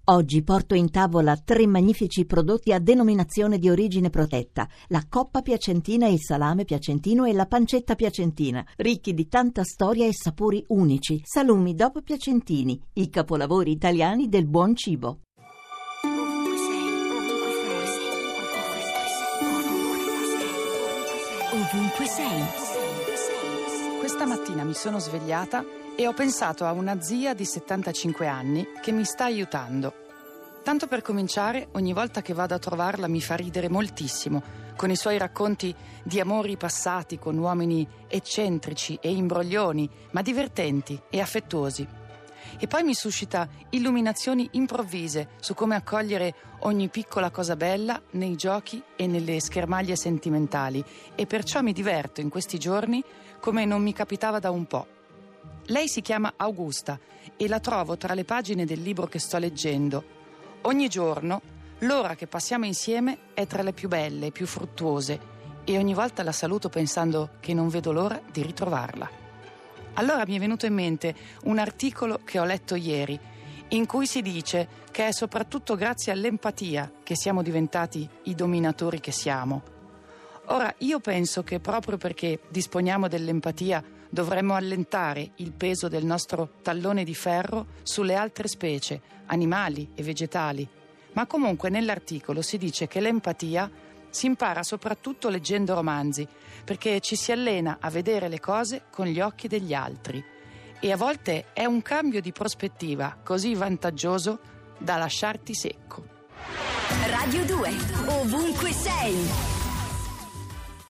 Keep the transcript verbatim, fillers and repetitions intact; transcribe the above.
Oggi porto in tavola tre magnifici prodotti a denominazione di origine protetta: la coppa piacentina, il salame piacentino e la pancetta piacentina, ricchi di tanta storia e sapori unici. Salumi dopo piacentini, i capolavori italiani del buon cibo. Ovunque sei. Questa mattina mi sono svegliata e ho pensato a una zia di settantacinque anni che mi sta aiutando. Tanto per cominciare, ogni volta che vado a trovarla mi fa ridere moltissimo, con i suoi racconti di amori passati con uomini eccentrici e imbroglioni, ma divertenti e affettuosi. E poi mi suscita illuminazioni improvvise su come accogliere ogni piccola cosa bella nei giochi e nelle schermaglie sentimentali, e perciò mi diverto in questi giorni come non mi capitava da un po'. Lei si chiama Augusta e la trovo tra le pagine del libro che sto leggendo. Ogni giorno l'ora che passiamo insieme è tra le più belle e più fruttuose, e ogni volta la saluto pensando che non vedo l'ora di ritrovarla. Allora mi è venuto in mente un articolo che ho letto ieri, in cui si dice che è soprattutto grazie all'empatia che siamo diventati i dominatori che siamo. Ora, io penso che proprio perché disponiamo dell'empatia dovremmo allentare il peso del nostro tallone di ferro sulle altre specie, animali e vegetali. Ma comunque nell'articolo si dice che l'empatia si impara soprattutto leggendo romanzi, perché ci si allena a vedere le cose con gli occhi degli altri. E a volte è un cambio di prospettiva così vantaggioso da lasciarti secco. Radio due, ovunque sei.